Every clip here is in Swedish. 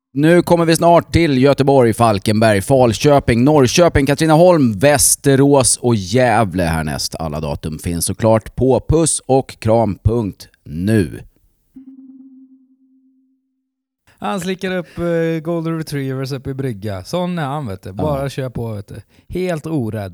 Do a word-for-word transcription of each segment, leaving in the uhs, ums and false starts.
Nu kommer vi snart till Göteborg, Falkenberg, Falköping, Norrköping, Katrineholm, Västerås och Gävle härnäst. Alla datum finns såklart på puss och kram punkt nu. Han slickar upp uh, Golden Retrievers upp i brygga. Sån är han, vet du. Bara ja. Kör på, vet du. Helt orädd.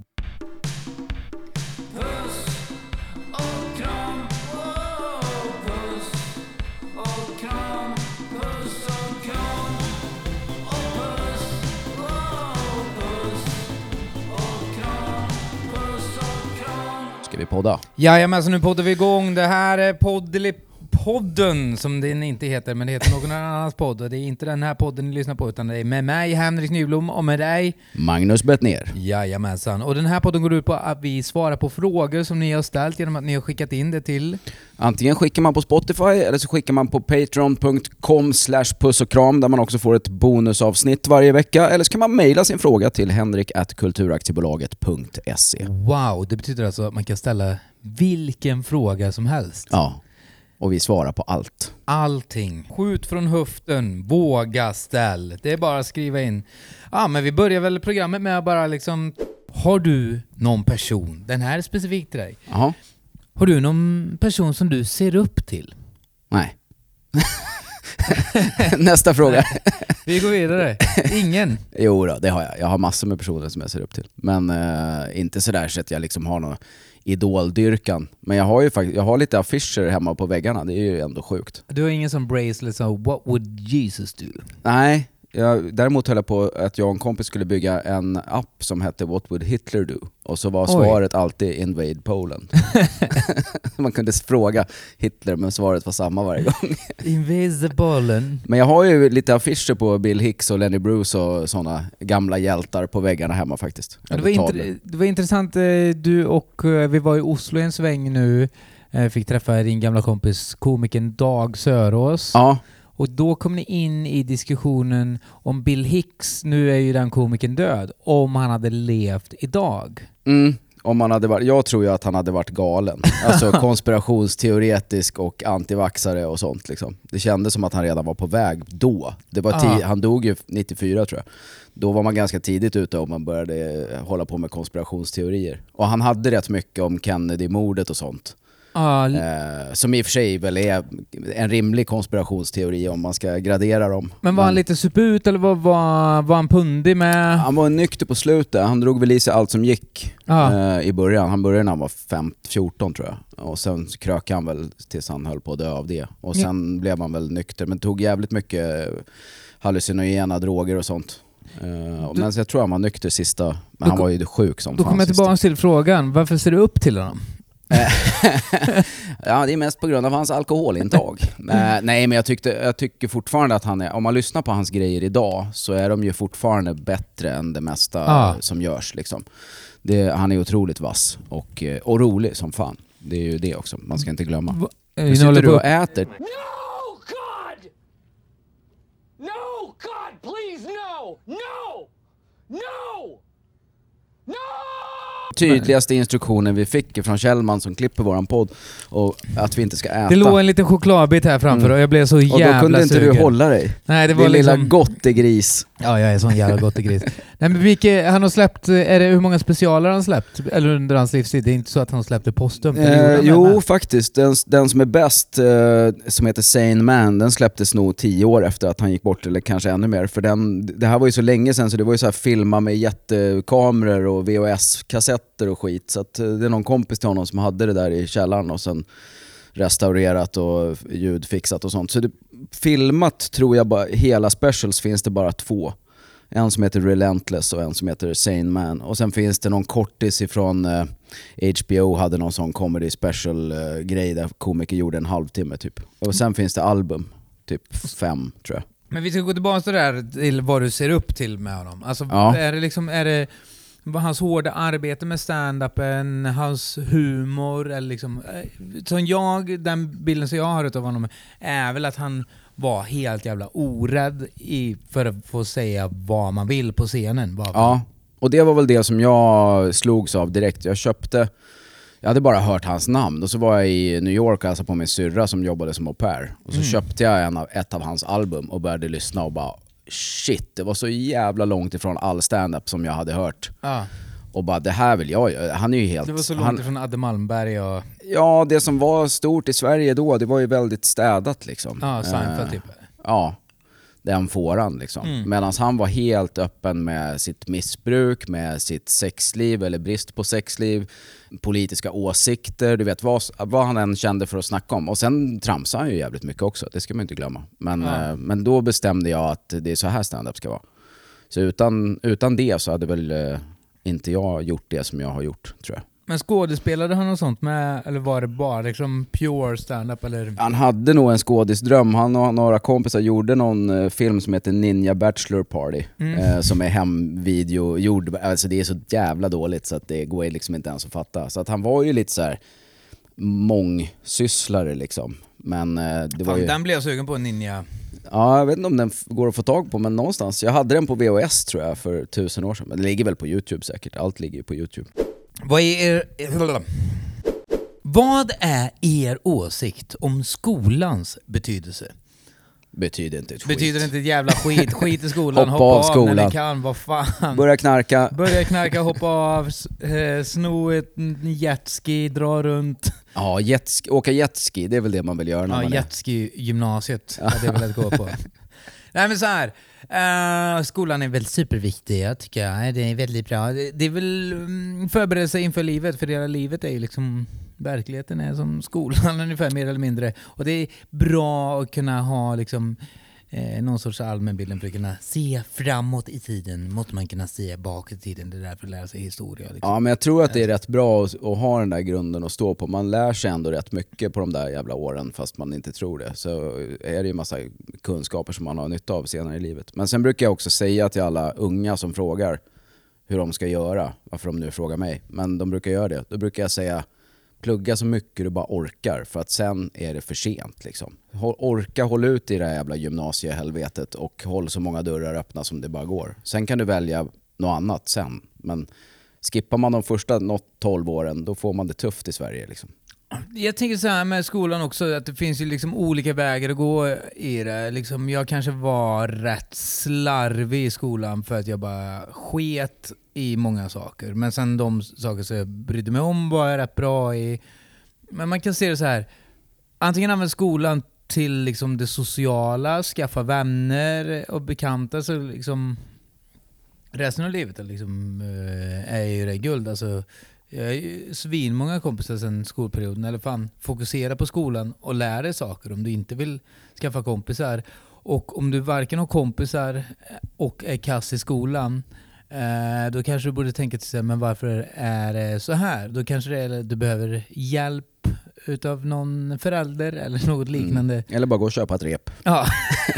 Ska vi podda? Jajamän, så nu poddar vi igång. Det här är Poddeli-podden som den inte heter, men det heter någon annans podd. Och det är inte den här podden ni lyssnar på, utan det är med mig, Henrik Nyblom, och med dig, Magnus Bettner. Jajamensan. Och den här podden går ut på att vi svarar på frågor som ni har ställt genom att ni har skickat in det till... Antingen skickar man på Spotify eller så skickar man på patreon punkt com slash puss och kram där man också får ett bonusavsnitt varje vecka. Eller så kan man mejla sin fråga till henrik at kulturaktiebolaget punkt se. Wow, det betyder alltså att man kan ställa vilken fråga som helst. Ja, och vi svarar på allt. Allting. Skjut från höften, våga ställ. Det är bara att skriva in. Ja, men vi börjar väl programmet med att bara liksom... Har du någon person, den här är specifikt till dig. Jaha. Har du någon person som du ser upp till? Nej. Nästa fråga. Vi går vidare. Ingen? Jo då, det har jag. Jag har massor med personer som jag ser upp till. Men uh, inte sådär så att jag liksom har någon idoldyrkan. Men jag har ju faktiskt, jag har lite affischer hemma på väggarna. Det är ju ändå sjukt. Du har ingen som bracelet som What would Jesus do? Nej. Jag, däremot höll jag på att jag och en kompis skulle bygga en app som hette What would Hitler do? Och så var svaret Oj. alltid Invade Poland. Man kunde fråga Hitler, men svaret var samma varje gång. Invade Poland. Men jag har ju lite affischer på Bill Hicks och Lenny Bruce och sådana gamla hjältar på väggarna hemma faktiskt. Det var, inter- det var intressant, du och vi var i Oslo en sväng nu. Fick träffa din gamla kompis komikern Dag Sörås. Ja. Och då kom ni in i diskussionen om Bill Hicks, nu är ju den komikern död, om han hade levt idag. Mm, om han hade varit, jag tror ju att han hade varit galen. Alltså konspirationsteoretisk och antivaxare och sånt liksom. Det kändes som att han redan var på väg då. Det var ti- han dog ju nittiofyra tror jag. Då var man ganska tidigt ute om man började hålla på med konspirationsteorier. Och han hade rätt mycket om Kennedy-mordet och sånt. Ah, eh, som i och för sig väl är en rimlig konspirationsteori om man ska gradera dem. Men var han lite suput eller var, var, var han pundig med? Han var nykter på slutet. Han drog väl i sig allt som gick ah. eh, i början. Han började när han var femton fjorton tror jag. Och sen krökade han väl tills han höll på att dö av det. Och sen ja. blev han väl nykter. Men tog jävligt mycket hallucinogena droger och sånt. Uh, men jag tror han var nykter sista. Men då, han var ju sjuk som Då kommer jag tillbaka till frågan. Varför ser du upp till honom? Ja, det är mest på grund av hans alkoholintag. uh, Nej, men jag, tyckte, jag tycker fortfarande att han är, om man lyssnar på hans grejer idag så är de ju fortfarande bättre än det mesta ah. som görs liksom. Det, han är otroligt vass och, och rolig som fan. Det är ju det också, man ska inte glömma. Va, nu sitter du och äter. No, God! No, God, please, no! No! No! No! Tydligaste instruktionen vi fick från Kjellman som klipper våran podd och att vi inte ska äta. Det låg en liten chokladbit här framför mm. och jag blev så jävla sugen. Och då kunde inte sugen. du hålla dig. Nej, det var Din liksom... lilla gottegris. Ja, jag är sån jävla gottegris. Nej, men vilka, han har släppt, är det hur många specialer han släppt? Eller under hans livstid? Det är inte så att han släppte postum. Eh, jo, faktiskt. Den, den som är bäst, eh, som heter Sane Man, den släpptes nog tio år efter att han gick bort, eller kanske ännu mer. För den, det här var ju så länge sedan så det var ju så här filma med jättekameror och V H S-kassetter och skit. Så att det är någon kompis till honom som hade det där i källaren och sen restaurerat och ljudfixat och sånt. Så det, filmat tror jag bara, hela specials finns det bara två. En som heter Relentless och en som heter Sane Man. Och sen finns det någon kortis ifrån eh, H B O hade någon sån comedy special eh, grej där komiker gjorde en halvtimme typ. Och sen finns det album, typ fem tror jag. Men vi ska gå tillbaka till det där till vad du ser upp till med honom. Alltså ja. är det liksom, är det hans hårda arbete med stand-upen, hans humor eller liksom, som jag, den bilden som jag har av honom är väl att han var helt jävla orädd i, för att få säga vad man vill på scenen. Ja, och det var väl det som jag slogs av direkt. Jag köpte, jag hade bara hört hans namn och så var jag i New York alltså på min syrra som jobbade som au pair. Och så mm. köpte jag en av, ett av hans album och började lyssna och bara shit, det var så jävla långt ifrån all stand-up som jag hade hört. Ja. Och bara, det här vill jag göra. Han är ju helt... Det var så långt han, ifrån Adde Malmberg och... Ja, det som var stort i Sverige då, det var ju väldigt städat liksom. Ja, Seinfeld Eh, typ. Ja, den fåran liksom. Mm. Medan han var helt öppen med sitt missbruk, med sitt sexliv eller brist på sexliv, politiska åsikter, du vet vad, vad han än kände för att snacka om. Och sen tramsade han ju jävligt mycket också, det ska man inte glömma. Men, Ja. eh, men då bestämde jag att det är så här stand-up ska vara. Så utan, utan det så hade väl eh, inte jag gjort det som jag har gjort, tror jag. Men skådespelade han något sånt med, eller var det bara liksom pure stand-up eller? Han hade nog en skådisdröm. Han och några kompisar gjorde någon eh, film som heter Ninja Bachelor Party. Mm. Eh, som är hemvideo gjord. Alltså det är så jävla dåligt så att det går liksom inte ens att fatta. Så att han var ju lite så här mångsysslare liksom. Men eh, det var Fan, ju... den blev jag sugen på, Ninja. Ja, jag vet inte om den f- går att få tag på, men någonstans. Jag hade den på V H S tror jag för tusen år sedan. Men det ligger väl på YouTube säkert. Allt ligger ju på YouTube. Vad är er... Vad är er åsikt om skolans betydelse? Betyder inte ett skit. Betyder inte ett jävla skit. Skit i skolan, Hoppa hoppa, av av skolan. när ni kan, vad fan. Börja knarka. Börja knarka, hoppa av, s- eh, sno ett jetski, dra runt. Ja, jetski, åka jetski, det är väl det man vill göra när Ja, man är... jetski-gymnasiet hade jag velat gå på. Nej men så här. Uh, skolan är väl superviktig, jag tycker jag. Det är väldigt bra. Det, det är väl um, förberedelse inför livet, för hela livet är ju liksom, verkligheten är som skolan ungefär, mer eller mindre. Och det är bra att kunna ha liksom eh, någon sorts allmänbilden för att kunna se framåt i tiden. Måste man kunna se bakåt i tiden, det är därför att lära sig historia. Liksom. Ja, men jag tror att det är rätt bra att, att ha den där grunden att stå på. Man lär sig ändå rätt mycket på de där jävla åren fast man inte tror det. Så är det ju massa kunskaper som man har nytta av senare i livet. Men sen brukar jag också säga till alla unga som frågar hur de ska göra, varför de nu frågar mig, men de brukar göra det. Då brukar jag säga, plugga så mycket du bara orkar, för att sen är det för sent liksom. Orka, håll ut i det här jävla gymnasiehelvetet och håll så många dörrar öppna som det bara går. Sen kan du välja något annat sen, men skippar man de första tolv åren, då får man det tufft i Sverige liksom. Jag tänker så här med skolan också, att det finns ju liksom olika vägar att gå i det. Liksom, jag kanske var rätt slarvig i skolan för att jag bara sket i många saker. Men sen de saker som jag brydde mig om var jag rätt bra i. Men man kan se det så här. Antingen använder skolan till liksom det sociala, skaffa vänner och bekanta, så liksom resten av livet är, liksom, är ju det guld. Alltså, jag har ju svinmånga kompisar sen skolperioden, eller fan, fokusera på skolan och lära dig saker om du inte vill skaffa kompisar. Och om du varken har kompisar och är kass i skolan, eh, då kanske du borde tänka till sig, men varför är det så här? Då kanske det är, du behöver hjälp utav någon förälder eller något liknande. Mm. Eller bara gå och köpa ett rep. Ja.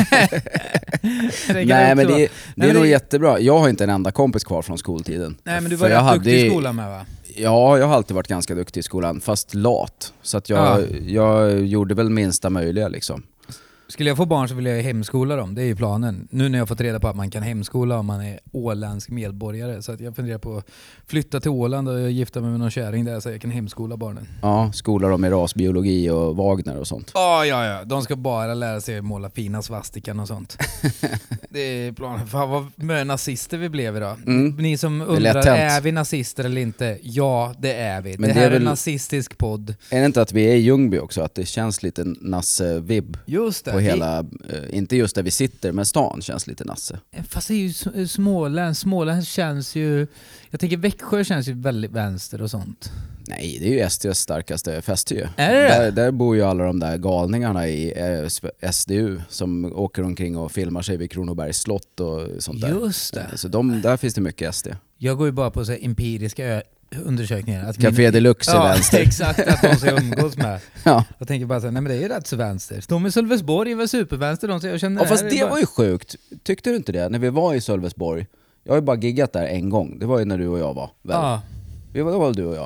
det Nej, men det, det är Nej, nog det... jättebra. Jag har inte en enda kompis kvar från skoltiden. Nej, men du För var jag rätt hade... duktig i skolan med, va? Ja, jag har alltid varit ganska duktig i skolan, fast lat. Så att jag, Ja. jag gjorde väl minsta möjliga liksom. Skulle jag få barn så vill jag hemskola dem, det är ju planen. Nu när jag har fått reda på att man kan hemskola om man är åländsk medborgare. Så att jag funderar på att flytta till Åland och gifta mig med någon kärring där så jag kan hemskola barnen. Ja, skolar dem i rasbiologi och Wagner och sånt. Oh, ja, ja, de ska bara lära sig att måla fina svastikan och sånt. Det är planen. Fan vad med nazister vi blev idag. Mm. Ni som är undrar, lätt hänt. är vi nazister eller inte? Ja, det är vi. Men det det här är är en väl- nazistisk podd. Är det inte att vi är i Ljungby också? Att det känns lite nasse-vibb Just det. på hela, eh, inte just där vi sitter, men stan känns lite nasse. Fast det är ju S- Småland. Småland känns ju... Jag tänker Växjö känns ju väldigt vänster och sånt. Nej, det är ju S D:s starkaste fäste ju. Är det det? Där, där bor ju alla de där galningarna i eh, S D U som åker omkring och filmar sig vid Kronobergs slott och sånt där. Just det. Eh, Så de, där finns det mycket S D. Jag går ju bara på så här empiriska ö- undersökningar. Att Café min- Deluxe är ja, vänster. exakt. Att de ska umgås med. Ja. Jag tänker bara så här, nej men det är ju rätt så vänster. De i Sölvesborg är väl supervänster. De, så jag känner Ja, fast här är det bara- var ju sjukt. Tyckte du inte det? När vi var i Sölvesborg. Jag har ju bara giggat där en gång. Det var ju när du och jag var. Väl? Ja. Vi var, det var väl du och jag.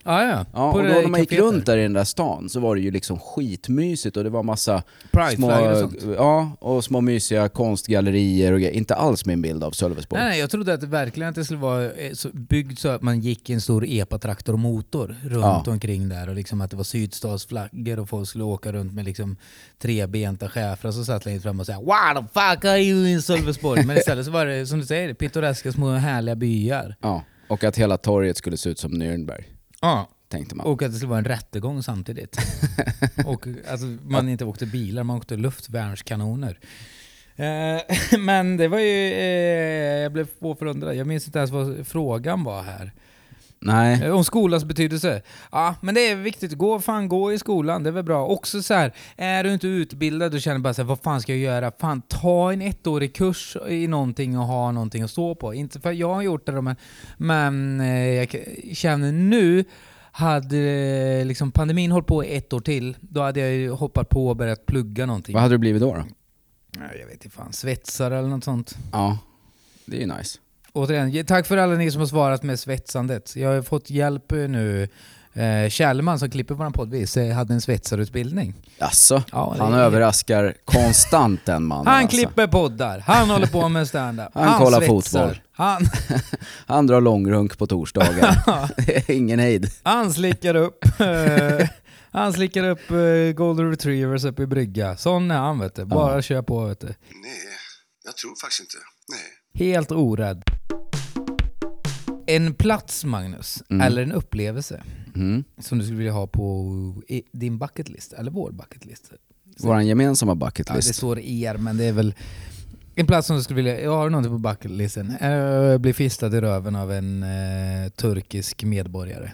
Ah, ja. Ja, På och det då när man gick kaféet runt där i den där stan så var det ju liksom skitmysigt och det var massa Pride-flaggor och små, sånt. ja, och små mysiga konstgallerier och grejer. Inte alls min bild av Sölvesborg. Nej, nej, jag trodde att det verkligen att det skulle vara eh, så byggd så att man gick i en stor epa-traktor och motor runt Ja. omkring där och liksom att det var sydstatsflaggor och folk skulle åka runt med liksom trebenta schäfrar som satt längst fram och säga "What the fuck are you in Sölvesborg?" Men istället så var det, som du säger, pittoreska små härliga byar. Ja, och att hela torget skulle se ut som Nürnberg, Ja. tänkte man. Och att det skulle vara en rättegång samtidigt. Och alltså, man inte åkte bilar, man åkte luftvärnskanoner. Eh, men det var ju, eh, jag blev förundrad. Jag minns inte ens vad frågan var här. Nej. Eh, Om skolans betydelse. Ja, men det är viktigt. Gå, fan, gå i skolan, det är väl bra. Också så här, är du inte utbildad och känner bara så här, vad fan ska jag göra? Fan, ta en ettårig kurs i någonting och ha någonting att stå på. Inte för jag har gjort det, men, men eh, jag känner nu, hade liksom pandemin hållit på i ett år till, då hade jag ju hoppat på och börjat plugga någonting. Vad hade du blivit då då? Nej, jag vet inte fan, svetsare eller något sånt. Ja, det är ju nice. Återigen, tack för alla ni som har svarat med svetsandet. Jag har fått hjälp nu. Eh, Kjellman som klipper våran podd vis hade en svetsarutbildning. Alltså, Ja, det han är- överraskar konstant den mannen. Han alltså. klipper poddar, han håller på med stand-up. Han kollar svetsar. fotboll. Han, Han drar långrunk på torsdagar. Det är ingen hejd. han slickar upp eh, Han slickar upp eh, Golden Retrievers upp i brygga. Sån är han, vet du. Bara Ja. kör på, vet du. Nej, jag tror faktiskt inte. Nej. Helt orädd. En plats, Magnus, Mm. eller en upplevelse Mm. som du skulle vilja ha på i din bucketlist, eller vår bucketlist. Våran gemensamma bucket Ja, det list. står er, men det är väl en plats som du skulle vilja... Jag har någonting på bucketlisten. Uh, bli fistad i röven av en uh, turkisk medborgare.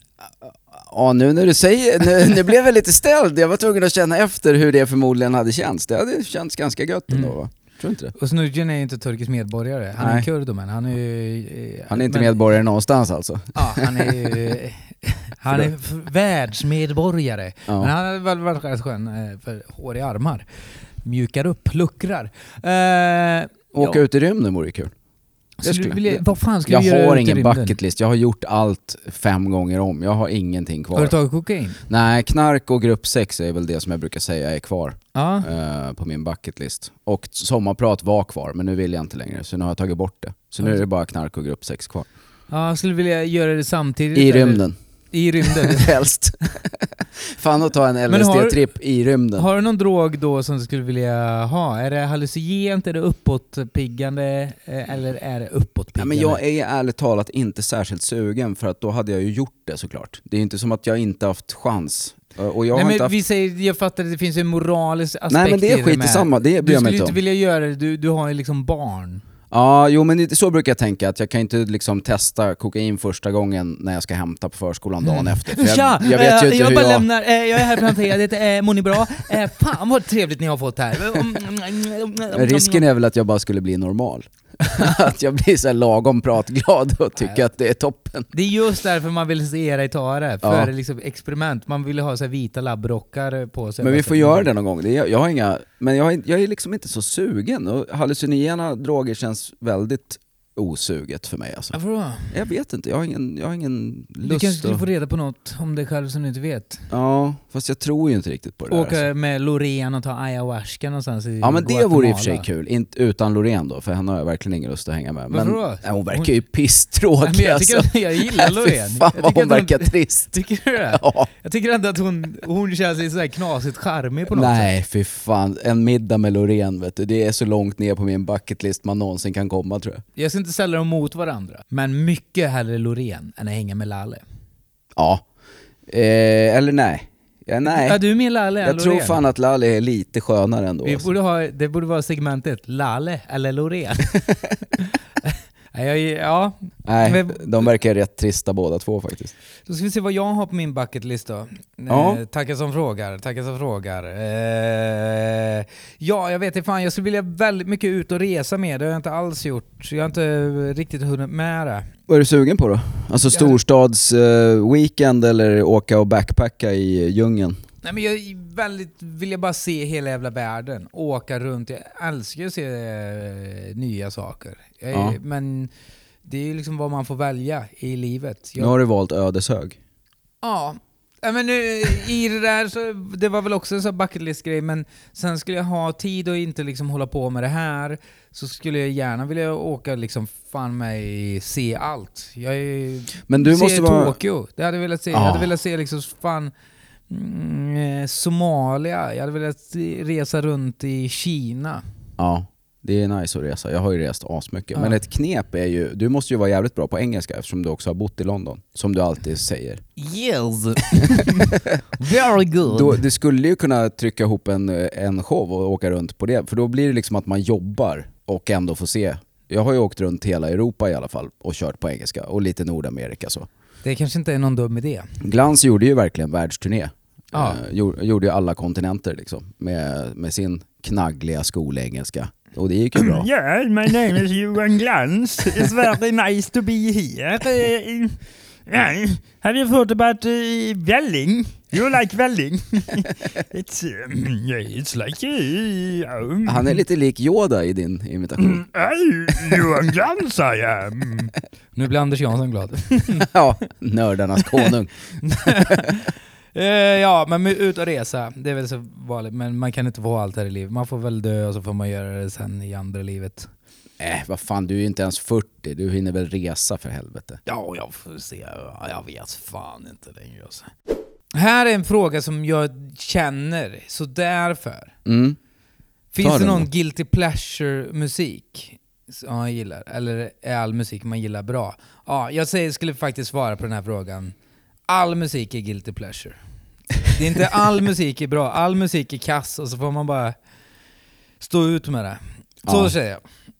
Ja, nu när du säger, nu, nu blev jag lite ställd. Jag var tvungen att känna efter hur det förmodligen hade känts. Det hade känts ganska gött ändå, Mm. va? Tror inte det? Och Snudgen är ju inte turkisk medborgare. Han är Nej. kurd, men han är ju... eh, Han är inte men- medborgare någonstans alltså. Ja, han är ju... Han är f- världsmedborgare. Ja. Men han hade väl varit rätt skön eh, för hår i armar. Mjukar upp, luckrar. Uh, Åka ut i rymden vore kul. Skulle skulle- du vilja, vad fan ska Jag du göra har ute i ingen rymden? bucket list. Jag har gjort allt fem gånger om. Jag har ingenting kvar. Har du tagit kokain? Nej, knark och grupp sex är väl det som jag brukar säga är kvar Ja. eh, på min bucket list. Och sommarprat var kvar, men nu vill jag inte längre. Så nu har jag tagit bort det. Så nu är det bara knark och grupp sex kvar. Ja, jag skulle vilja göra det samtidigt. I eller- rymden. I rymden. Helst. Fan att ta en L Men S har- D-tripp i rymden. Har du någon drog då som du skulle vilja ha? Är det hallucinogent, är det uppåtpiggande eh, eller är det Ja, uppåtpiggande? men jag är ärligt talat inte särskilt sugen, för att då hade jag ju gjort det såklart. Det är ju inte som att jag inte haft chans. Och jag Nej, har men inte haft... vi säger, jag fattar att det finns en moralisk aspekt. Nej, men det är i skit i med. samma, det bryr Du jag mig skulle inte inte om. vilja göra det, du, du har ju liksom barn. Ja, jo, men det- så brukar jag tänka, att jag kan inte liksom testa kokain första gången när jag ska hämta på förskolan dagen efter. För jag, Tja! jag vet ju eh, inte jag hur bara jag... lämnar, eh, jag är här för att hantera det, eh, mår ni bra? Eh, fan vad trevligt ni har fått här. Men risken är väl att jag bara skulle bli normal. Att jag blir så här lagom pratglad och tycker att det är toppen. Det är just därför man vill se er ta det, för Ja. liksom experiment. Man vill ha så här vita labbrockar på sig. Men vi får göra det någon gång. Det är, jag har inga, men jag, har, jag är liksom inte så sugen. Och hallucinogena droger känns väldigt osuget för mig alltså. Varför då? Jag vet inte, jag har ingen, jag har ingen Du lust kanske skulle att... få reda på något om dig själv som du inte vet. Ja, fast jag tror ju inte riktigt på det där, Åka alltså. med Loreen och ta ayahuasca någonstans i Ja, men det Guatemala. vore i och för sig kul. Inte utan Loreen då, för henne har jag verkligen ingen lust att hänga med. Men Varför då? ja, hon verkar ju pisstråkig. Nej, men jag, tycker, alltså. jag gillar Loreen. Fy fan Jag vad tycker hon att verkar trist. Tycker du det? Ja. Jag tycker ändå att hon, hon känns så här knasigt charmig på något Nej, sätt. fy fan. En middag med Loreen, vet du. Det är så långt ner på min bucketlist man någonsin kan komma, tror jag. Jag ska inte ställa dem mot varandra. Men mycket hellre Loreen än att hänga med Lalle. Ja. Eh, eller nej. Ja, nej. Ja, du är min Lalle än Jag tror Loreen. fan att Lalle är lite skönare ändå. Vi alltså. borde ha, det borde vara segmentet Lalle eller Loreen. Nej, jag, ja, Nej, Men- de verkar rätt trista båda två faktiskt. då ska vi se vad jag har på min bucketlist då. Ja. Eh, tackar som frågar, tackar som frågar. Eh, ja, jag vet inte fan, jag skulle vilja väldigt mycket ut och resa med. Det har jag inte alls gjort. Jag har inte riktigt hunnit med det. Vad är du sugen på då? Alltså storstads eh, weekend eller åka och backpacka i djungeln? Nej, men jag är väldigt, vill jag bara se hela jävla världen. Åka runt. Jag älskar att se eh, nya saker. Jag är, Ja. Men det är ju liksom vad man får välja i livet. Nu Jag, har du valt Ödeshög. Ja. Ja, men nu, i det där så, det var väl också en sån bucket list grej, men sen skulle jag ha tid och inte liksom hålla på med det här, så skulle jag gärna vilja åka liksom fan mig se allt. Jag är, men du se måste vara... Tokyo. Det hade jag velat se. Ah. Jag hade velat se liksom fan mm, Somalia. Jag hade velat resa runt i Kina. Ja, det är nice att resa. Jag har ju rest asmycket. Ja. Men ett knep är ju, du måste ju vara jävligt bra på engelska eftersom du också har bott i London. Som du alltid säger. Yes! Very good! Då, det skulle ju kunna trycka ihop en, en show och åka runt på det. För då blir det liksom att man jobbar och ändå får se. Jag har ju åkt runt hela Europa i alla fall och kört på engelska. Och lite Nordamerika så. Det kanske inte är någon dum idé. Glans gjorde ju verkligen världsturné. Ja. Eh, gjorde, gjorde ju alla kontinenter liksom. Med, med sin knaggliga skolengelska. Och det gick ju bra. Yeah, my name is Johan Glans. It's very nice to be here. Uh, uh, have you thought about uh, Velling? You like Velling? It's, um, yeah, it's like... Uh, um, Han är lite lik Yoda i din imitation. uh, Johan Glans, I am. Nu blir Anders Jansson glad. Ja, nördarnas konung. Uh, ja, men ut och resa, det är väl så vanligt, men man kan inte få allt här i livet. Man får väl dö och så får man göra det sen i andra livet. Äh, vad fan, du är ju inte ens fyrtio. Du hinner väl resa för helvete. Ja, jag får se. Jag vet fan inte längre. Alltså. Här är en fråga som jag känner så därför. Mm. Finns Ta det den någon då. guilty pleasure-musik som jag gillar? Eller är all musik man gillar bra? Ja, jag säger, skulle faktiskt svara på den här frågan. All musik är guilty pleasure. Det är inte all musik är bra. All musik är kass och så får man bara stå ut med det. Så Ja. säger jag.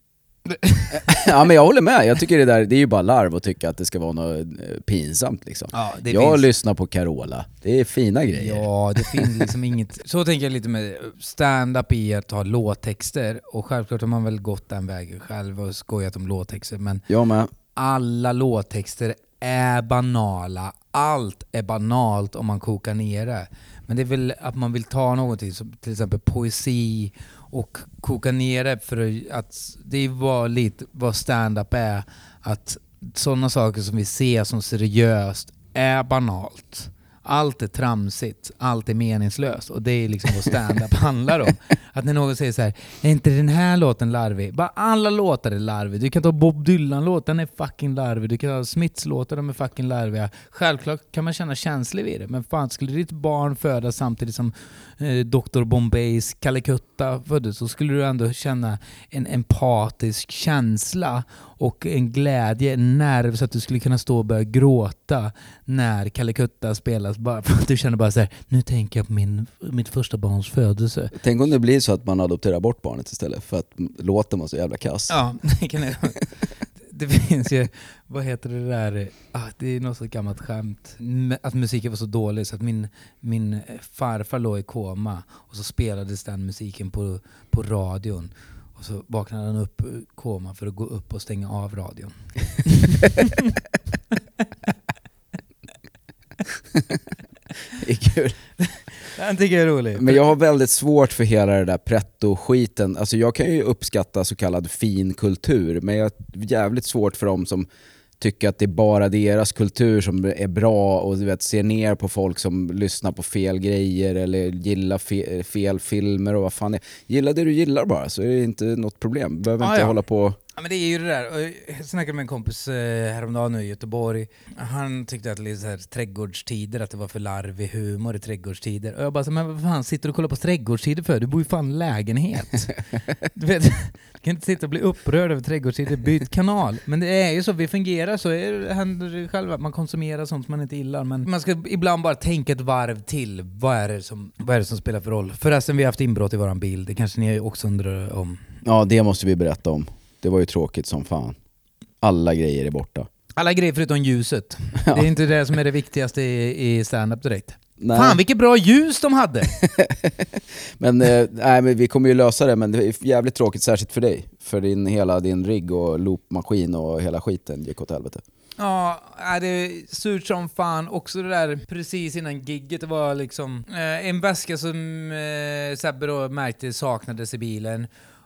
Ja, men jag håller med. Jag tycker det där, det är ju bara larv att tycka att det ska vara något eh, pinsamt liksom. Ja, det jag finns... lyssnar på Carola. Det är fina grejer. Ja, det finns liksom inget... Så tänker jag lite med stand-up i att ha låttexter. Och självklart har man väl gått den vägen själv och skojat om låttexter. Men Jag med. alla låttexter är banala. Allt är banalt om man kokar ner det. Men det är väl att man vill ta någonting som till exempel poesi och koka ner det för att det är vad, lite, vad stand-up är. Att sådana saker som vi ser som seriöst är banalt. Allt är tramsigt, allt är meningslöst och det är liksom vad stand-up handlar om. Att när någon säger så här: är inte den här låten larvig? Bara alla låtar är larvig. Du kan ta Bob Dylan-låt, den är fucking larvig. Du kan ta Smiths låtar, de är fucking larviga. Självklart kan man känna känslig vid det, men fan, skulle ditt barn födas samtidigt som eh, doktor Bombays Calcutta föddes, så skulle du ändå känna en empatisk känsla och en glädje, en nerv, så att du skulle kunna stå och börja gråta när Calcutta spelas, bara för att du känner bara så här: nu tänker jag på min, mitt första barns födelse. Tänk om det blir så att man adopterar bort barnet istället för att låten var så jävla kass. Ja, det kan jag. Det finns ju, vad heter det där, ah, det är något så gammalt skämt, att musiken var så dålig så att min, min farfar låg i koma och så spelades den musiken på, på radion. Och så vaknade han upp ur koma för att gå upp och stänga av radion. Det är kul. Den tycker jag är rolig. Men jag har väldigt svårt för hela det där pretto-skiten. Alltså jag kan ju uppskatta så kallad fin kultur, men jag har jävligt svårt för dem som tycker att det är bara deras kultur som är bra och du vet, ser ner på folk som lyssnar på fel grejer eller gillar fe- fel filmer och vad fan det är. Gilla det du gillar bara, så är det inte något problem. Behöver Ah, inte ja. hålla på... Ja, men det är ju det där. Jag snackade med en kompis eh, häromdagen nu i Göteborg. Han tyckte att lite så här, trädgårdstider, att det var för larvig humor i trädgårdstider. Och jag bara så, men vad fan sitter du och kollar på trädgårdstider för? Du bor ju fan i lägenhet. Du vet, du kan inte sitta och bli upprörd över trädgårdstider. Byt kanal. Men det är ju så, vi fungerar så. Det händer själva att man konsumerar sånt som man inte gillar. Men man ska ibland bara tänka ett varv till. Vad är det som, vad är det som spelar för roll? Förresten, vi har haft inbrott i våran bil. Det kanske ni också undrar om. Ja, det måste vi berätta om. Det var ju tråkigt som fan. Alla grejer är borta. Alla grejer förutom ljuset. Ja. Det är inte det som är det viktigaste i, i stand-up direkt. Nej. Fan, vilket bra ljus de hade! men, eh, nej, men vi kommer ju lösa det, men det är jävligt tråkigt, särskilt för dig. För din, hela din rigg och loopmaskin och hela skiten gick åt helvete. Ja, det är surt som fan. Också det där precis innan gigget, det var liksom eh, en väska som eh, Sebbe då märkte saknades i bilen.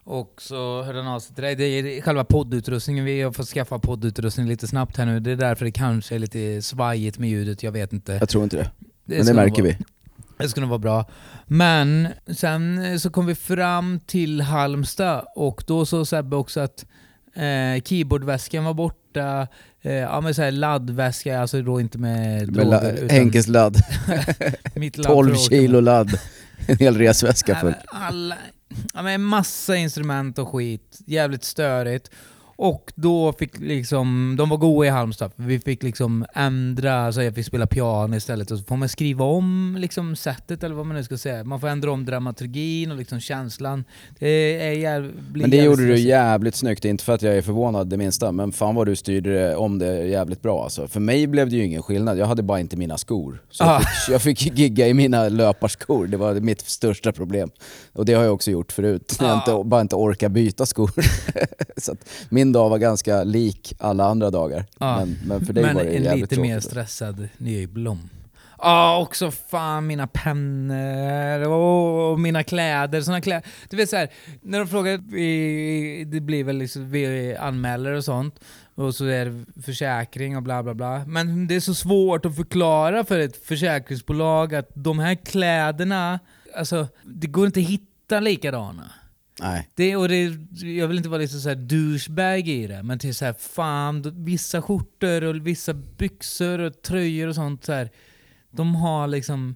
Och så hörde han av sig till dig. Det är själva poddutrustningen. Vi har fått skaffa poddutrustning lite snabbt här nu. Det är därför det kanske är lite svajigt med ljudet. Jag vet inte. Jag tror inte det. Det Men det märker vara, vi. Det skulle nog vara bra. Men sen så kom vi fram till Halmstad. Och då så Sebbe också att eh, keyboardväskan var borta. Eh, ja men så här laddväska. Alltså då inte med droger. La- utan Henkes ladd. mitt ladd tolv för att åka kilo med. ladd. En hel resväska Nej, full. men alla, ja, men massa instrument och skit. Jävligt störigt. Och då fick liksom, de var goda i Halmstad. Vi fick liksom ändra, så jag fick spela piano istället. Och så får man skriva om liksom sättet eller vad man nu ska säga. Man får ändra om dramaturgin och liksom känslan. Det är jävligt, Men det gjorde du jävligt snyggt, inte för att jag är förvånad det minsta. Men fan vad du styrde om det jävligt bra alltså. För mig blev det ju ingen skillnad, jag hade bara inte mina skor. Så Ah. jag, fick, jag fick gigga i mina löparskor, det var mitt största problem. Och det har jag också gjort förut, när jag Ah. inte, bara inte orkar byta skor. Så att min dag var ganska lik alla andra dagar. Ja. Men, men för dig Men var det en jävligt lite tråkigt. mer stressad Nyblom. Ja, också fan mina pennor och, och mina kläder, såna kläder. Du vet så här, när de frågar, vi, det blir väl liksom, vi anmäler och sånt. Och så är det försäkring och bla bla bla. Men det är så svårt att förklara för ett försäkringsbolag att de här kläderna, alltså det går inte att hitta likadana. Nej. Det, och det, jag vill inte vara liksom så här douchebag i det, men till så här, fan, då, vissa skjortor och vissa byxor och tröjor och sånt så här, de har liksom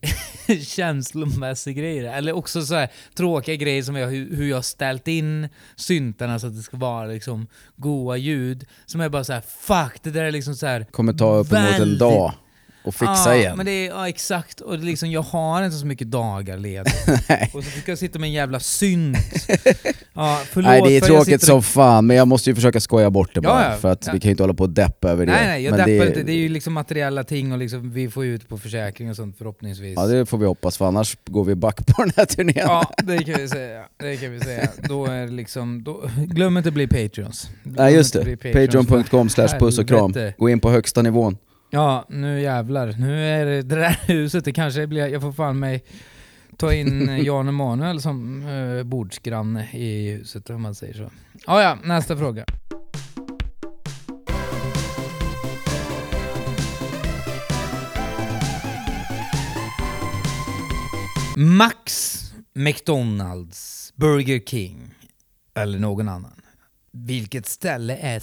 känslomässiga grejer. Eller också så här tråkiga grejer som jag, hur, hur jag har ställt in syntarna så att det ska vara liksom goa ljud. Som är bara så här, fuck, det där är liksom så här. Kommer ta upp emot en väldigt- dag och fixa ja, igen. Men det är, ja, exakt. Och det är liksom, jag har inte så mycket dagar led. Och så ska jag sitta med en jävla synt. Ja, förlåt, Nej, det är för jag tråkigt sitter- som fan, men jag måste ju försöka skoja bort det bara. Ja, ja. För att Ja. vi kan ju inte hålla på och deppa över det. Nej, nej, jag Men deppar det, inte. Det är ju liksom materiella ting och liksom vi får ut på försäkring och sånt förhoppningsvis. Ja, det får vi hoppas, för annars går vi back på den här turnén. Ja, det kan vi säga. Det kan vi säga. Då är det liksom, då, glöm inte att bli Patreons. Glöm Nej, just inte det. att bli Patreons. Patreon punkt com slash puss och kram. Helvete. Gå in på högsta nivån. Ja, nu jävlar. Nu är det, det där huset, det kanske blir, jag får fan mig ta in Jan Emanuel som uh, bordsgranne i huset om man säger så. Ja, ja, nästa fråga. Max, McDonalds, Burger King eller någon annan. Vilket ställe är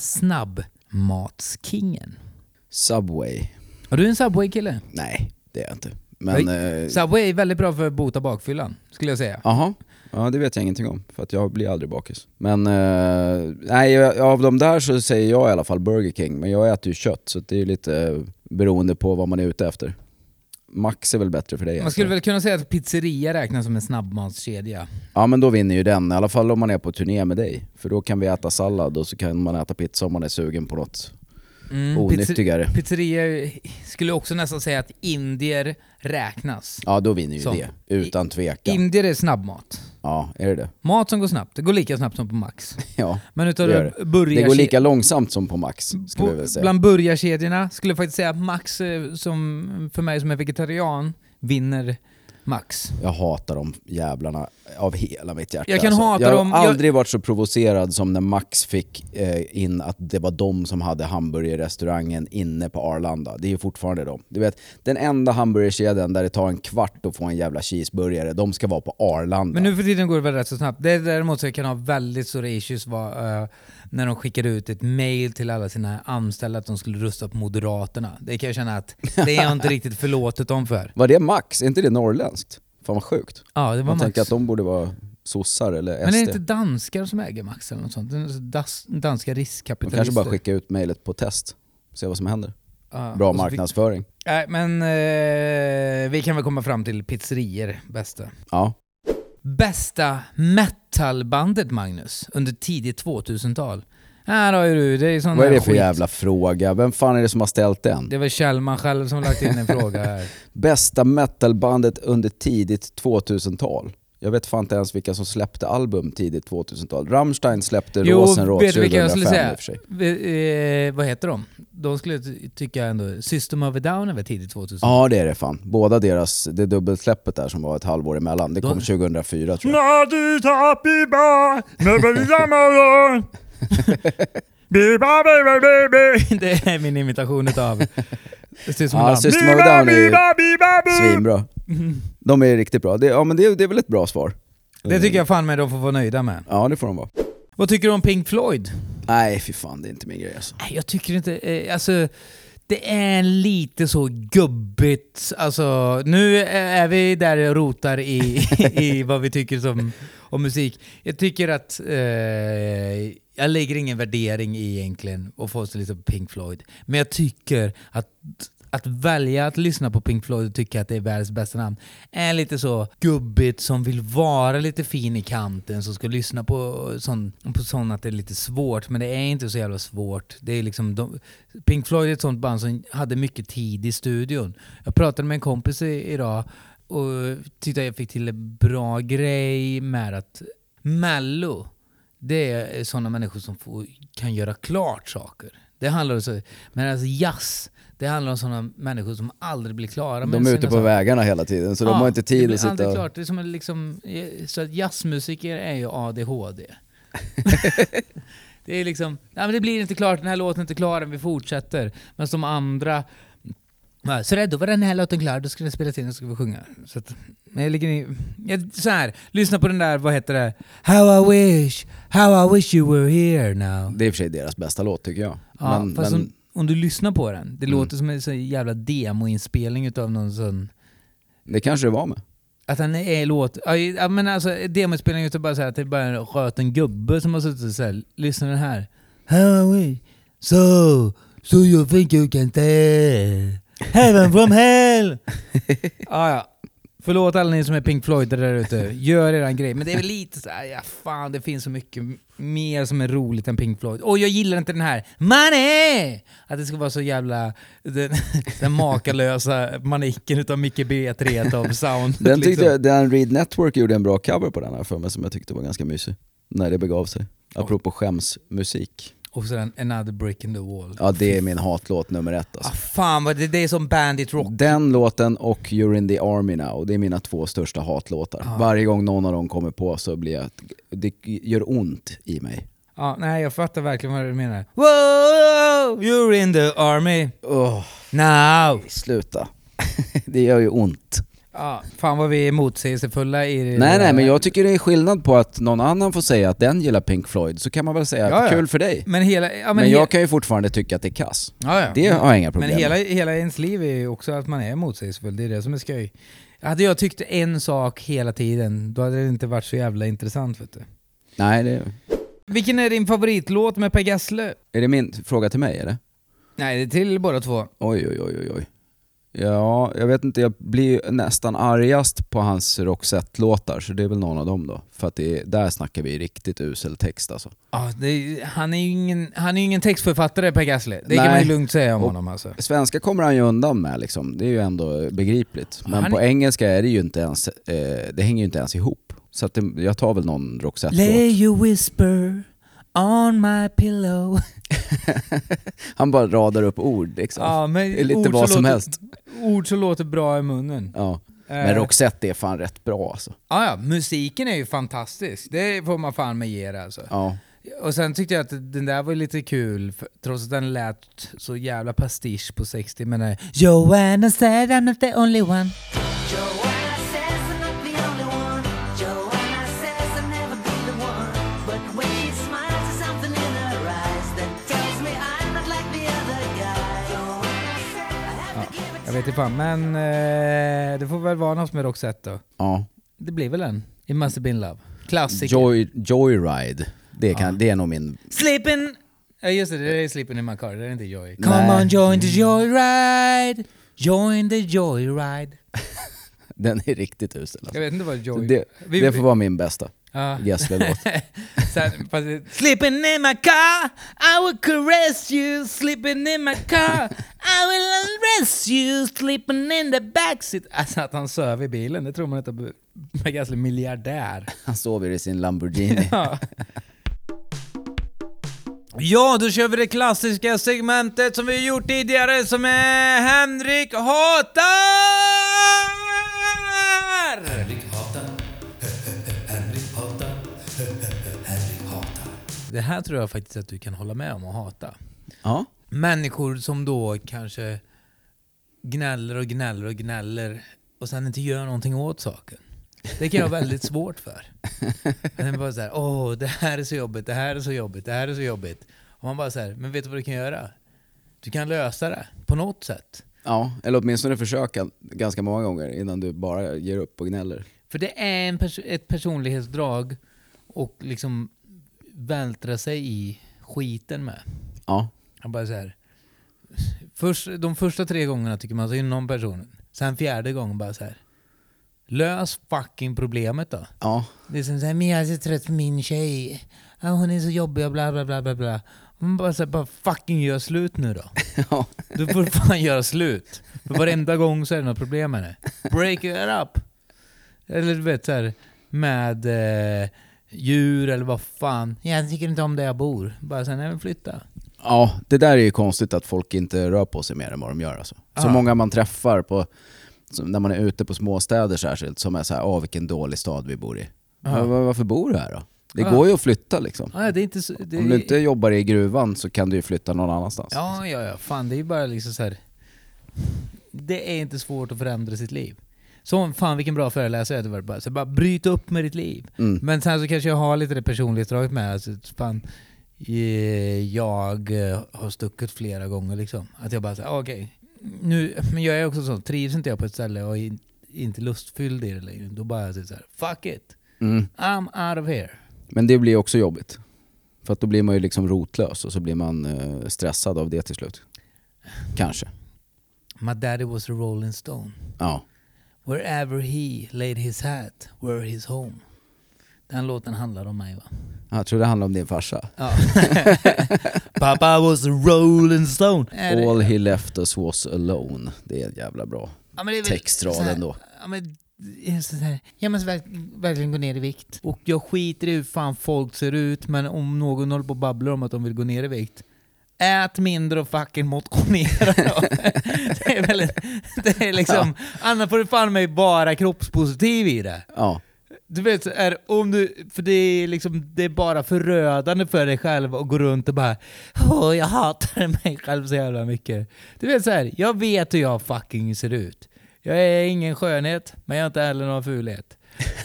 snabbmatskingen? Subway. Är du en Subway-kille? Nej, det är jag inte. Men... eh, Subway är väldigt bra för att bota bakfyllan, skulle jag säga. Jaha. Ja, det vet jag ingenting om, för att jag blir aldrig bakis. Men eh, nej, jag- av de där så säger jag i alla fall Burger King. Men jag äter ju kött, så det är lite eh, beroende på vad man är ute efter. Max är väl bättre för dig. Man skulle väl kunna säga att pizzeria räknas som en snabbmatskedja. Ja, men då vinner ju den, i alla fall om man är på turné med dig. För då kan vi äta sallad och så kan man äta pizza om man är sugen på något Mm, onyttigare. pizzer- pizzeria skulle också nästan säga att indier räknas. Ja, då vinner ju Så. det, utan tvekan. Indier är snabbmat. Ja, är det det? Mat som går snabbt. Det går lika snabbt som på Max. Ja, Men utav det gör det. burgarke- Det går lika långsamt som på Max, ska vi väl säga. Bland burgarkedjorna skulle jag faktiskt säga att Max, eh, som för mig som är vegetarian, vinner Max. Jag hatar de jävlarna av hela mitt hjärta. Jag kan hata jag har dem- jag- aldrig varit så provocerad som när Max fick eh, in att det var de som hade hamburgerrestaurangen inne på Arlanda. Det är ju fortfarande de. Du vet, den enda hamburgerkedjan där det tar en kvart att få en jävla cheeseburgare, de ska vara på Arlanda. Men nu för tiden går det väl rätt så snabbt. Det däremot så kan ha väldigt stora issues var, uh, när de skickade ut ett mail till alla sina anställda att de skulle rösta på Moderaterna. Det kan jag känna att det är jag inte riktigt förlåtet dem för. Var det Max? Är inte det norrländskt? Fan vad sjukt. Ja, det var Man Max. tänker att de borde vara sossar eller S D. Men är det inte danskar som äger Max eller något sånt? Det är das, danska De riskkapitalister. kanske bara skickar ut mejlet på test. Se vad som händer. Ja, Bra och så fick- marknadsföring. Nej, men eh, vi kan väl komma fram till pizzerier, bästa. Ja. Bästa metalbandet, Magnus, under tidigt tvåtusental. Här har ju du, det är sån Vad är här det för skit. jävla fråga? Vem fan är det som har ställt den? Det var Kjellman själv som lagt in en fråga här. Bästa metalbandet under tidigt tvåtusental. Jag vet fan inte ens vilka som släppte album tidigt tvåtusental. Rammstein släppte Jo, Rosenrot vet du vilka jag skulle tjugohundrafem säga? i och för sig. Vi, eh, vad heter de? De skulle ty- tycka ändå System of a Down är väl tidigt tvåtusen. Ja, det är det fan. Båda deras, det dubbelsläppet där som var ett halvår emellan, det kom De- tjugohundrafyra tror jag. När du tar pipa, när vi samlar biba, biba, biba. Det är min imitation av System Ja, of a Down. System of a Down är ju Biba, biba, biba. svinbra. De är riktigt bra. Det, ja, men det, det är väl ett bra svar. Det tycker jag fan med de får vara nöjda med. Ja, det får de vara. Vad tycker du om Pink Floyd? Nej, fy fan, det är inte min grej alltså. Nej, jag tycker inte... Eh, alltså, det är lite så gubbigt. Alltså, nu är vi där och rotar i, i vad vi tycker som, om musik. Jag tycker att... Eh, jag lägger ingen värdering i egentligen och får så lite på Pink Floyd. Men jag tycker att... Att välja att lyssna på Pink Floyd och tycka att det är världens bästa namn är lite så gubbigt som vill vara lite fin i kanten, som ska lyssna på sån, på sån att det är lite svårt, men det är inte så jävla svårt. Det är liksom de, Pink Floyd är ett sånt band som hade mycket tid i studion. Jag pratade med en kompis i, idag och tyckte att jag fick till en bra grej med att Mello, det är sådana människor som får, kan göra klart saker. Det handlar om så, men alltså jazz, det handlar om sådana människor som aldrig blir klara med De är ute sina på saker. vägarna hela tiden, så Ja, de har inte det tid blir att sitta aldrig och... klart. Det är som en liksom, så att jazzmusiker är ju A D H D. Det är liksom, nej men det blir inte klart, den här låten är inte klar, vi fortsätter. Men som andra, ja, så då var den här låten klar, då ska den spelas in och ska vi sjunga. Så att, men jag ligger i, jag, så här, lyssna på den där, vad heter det? How I wish, how I wish you were here now. Det är i och för sig deras bästa låt tycker jag. Ja, men, fast men... Om, om du lyssnar på den, det Mm. låter som en så jävla demoinspelning utav någon sån... Det kanske det var med. Att han är låt... Ja, men alltså demoinspelning utav bara så här, att det är bara en röten gubbe som har suttit och så här, lyssna den här. How I wish, so, so you think you can tell heaven from hell. ah, ja. Förlåt alla ni som är Pink Floyd där ute. Gör eran grej. Men det är väl lite så här, ja fan, det finns så mycket mer som är roligt än Pink Floyd. Och jag gillar inte den här money! Att det ska vara så jävla den, den makalösa manicken utav Micke B tre av sound. Den tyckte liksom. jag, Dan Reed Network gjorde en bra cover på den här för mig som jag tyckte var ganska mysig. När det begav sig. Apropå skämsmusik. Och så Another Brick in the Wall. Ja, det är min hatlåt nummer ett alltså. Ah, fan, vad det, det är som Bandit Rock. Den låten och You're in the Army Now, det är mina två största hatlåtar. Ah. Varje gång någon av dem kommer på så blir jag, det gör ont i mig. Ja, nej, jag fattar verkligen vad du menar. Whoa, you're in the army Åh, now. sluta. Det gör ju ont. Ja, fan vad vi är motsägelsefulla i det. Nej, nej, men jag tycker det är skillnad på att någon annan får säga att den gillar Pink Floyd, så kan man väl säga Ja, att ja. kul för dig. Men hela... Ja, men Men he- jag kan ju fortfarande tycka att det är kass. ja, ja. Det har jag inga problem Men hela, med. hela ens liv är ju också att man är motsägelsefull. Det är det som är skoj. Hade jag tyckt en sak hela tiden, då hade det inte varit så jävla intressant. Vet du. Nej, det Vilken är din favoritlåt med Per Gessle? är det min fråga till mig, eller? Nej, det är till båda två. Oj, oj, oj, oj, oj. Ja, jag vet inte, jag blir nästan argast på hans Roxette-låtar, så det är väl någon av dem då. För att det är, där snackar vi riktigt usel text alltså. Ja, det är, han är ju ingen, han är ju ingen textförfattare, Per Gessle. Det Nej. kan man ju lugnt säga om Och- honom alltså. Svenska kommer han ju undan med liksom, det är ju ändå begripligt. Men Han på är- engelska är det ju inte ens, eh, det hänger ju inte ens ihop. Så att det, jag tar väl någon Lay Roxette-låt. you whisper on my pillow. Han bara radar upp ord liksom. Ja, men det är lite ord vad så som låter, helst. Ord som låter bra i munnen. Ja. Eh, Men Roxette är fan rätt bra alltså. Ja, ja, musiken är ju fantastisk. Det får man fan med ge det, alltså. Ja. Och sen tyckte jag att den där var lite kul, för, trots att den lät så jävla pastisch på sextio. Men nej. Joanna said I'm not the only one. Joanna says I'm not the only one. Joanna says I'll never be the one. But when she smiles, there's something in her eyes that tells me I'm not like the other guy. Joanna said I have to give it Jag vet inte fan, men eh, det får väl vara något med Roxette då. Ja. Det blir väl en. It must have been love. Klassiker. Joy, Joyride. Det, kan, det är nog min... Sleeping... Ja just det, det är Sleeping in my car, det är inte Joy. Nej. Come on, join the joyride. Join the joyride. Den är riktigt usel alltså. Jag vet inte vad Så Joy... det, Vi- det får vara min bästa Ja. Gessle-låt. Sen, fast, sleeping in my car, I will caress you. Sleeping in my car, I will undress you. Sleeping in the backseat. Alltså att han söv i bilen, det tror man inte är ganska miljardär. Han sover i sin Lamborghini. Ja. Ja, då kör vi det klassiska segmentet som vi har gjort tidigare, som är Henrik hatar! Henrik hatar. Henrik hatar. Henrik hatar. Det här tror jag faktiskt att du kan hålla med om och hata. Ja. Människor som då kanske gnäller och gnäller och gnäller och sen inte gör någonting åt saken. Det kan jag ha väldigt svårt för. Men bara så här, åh, det här är så jobbigt, det här är så jobbigt, det här är så jobbigt. Och man bara så här, men vet du vad du kan göra? Du kan lösa det på något sätt. Ja, eller åtminstone försöka ganska många gånger innan du bara ger upp och gnäller. För det är en pers- ett personlighetsdrag och liksom vältra sig i skiten med. Ja. Jag bara så här, först, de första tre gångerna tycker man synd om personen. Sen fjärde gången bara så här, lös fucking problemet då. Ja. Det är som så här, men jag är så trött på min tjej. Ja, hon är så jobbig och bla bla bla bla bla. Man bara så här, bara fucking gör slut nu då. Ja. Du får fan göra slut. För varenda gång så är det något problem med det. Break it up. Eller du vet så här, med eh, djur eller vad fan. Jag tycker inte om där jag bor. Bara sen, nej men flytta. Ja, det där är ju konstigt att folk inte rör på sig mer än vad de gör. Alltså. Så Ja. många man träffar på, när man är ute på småstäder särskilt, som är så här, åh vilken dålig stad vi bor i. Ja. Var, varför bor du här då? Det Ja. går ju att flytta liksom. Ja, det är inte så, det Om du inte jobbar i gruvan så kan du ju flytta någon annanstans. Ja, ja, ja. Fan, det är ju bara liksom så här. Det är inte svårt att förändra sitt liv. Så fan vilken bra föreläsare det var. Bara, så bara bryt upp med ditt liv. Mm. Men sen så kanske jag har lite det personlighetsdraget med. Alltså, fan, eh, jag eh, har stuckit flera gånger liksom. Att jag bara säger, okej. Nu, men jag är också så, trivs inte jag på ett ställe och är inte lustfylld i det längre. Då bara jag säger så här, fuck it. Mm. I'm out of here. Men det blir också jobbigt. För att då blir man ju liksom rotlös och så blir man eh, stressad av det till slut. Kanske. My daddy was a rolling stone. Ja. Wherever he laid his hat, were his home. Den låten handlar om mig, va? Jag tror det handlar om din farsa. Ja. Papa was a rolling stone. All he left us was alone. Det är en jävla bra Ja, men det är väl textrad så här- ändå. Ja, men det är så här, jag måste verk- verkligen gå ner i vikt. Och jag skiter i hur fan folk ser ut, men om någon håller på och babblar om att de vill gå ner i vikt, ät mindre och fucking motionera då. Det är väl, det är liksom, annars får du fan mig bara kroppspositiv i det. Ja. Du vet, är, om du, för det är liksom, det är bara förödande för dig själv att gå runt och bara, åh, jag hatar mig själv så jävla mycket. Du vet så här, jag vet hur jag fucking ser ut. Jag är ingen skönhet, men jag är inte heller någon fulhet.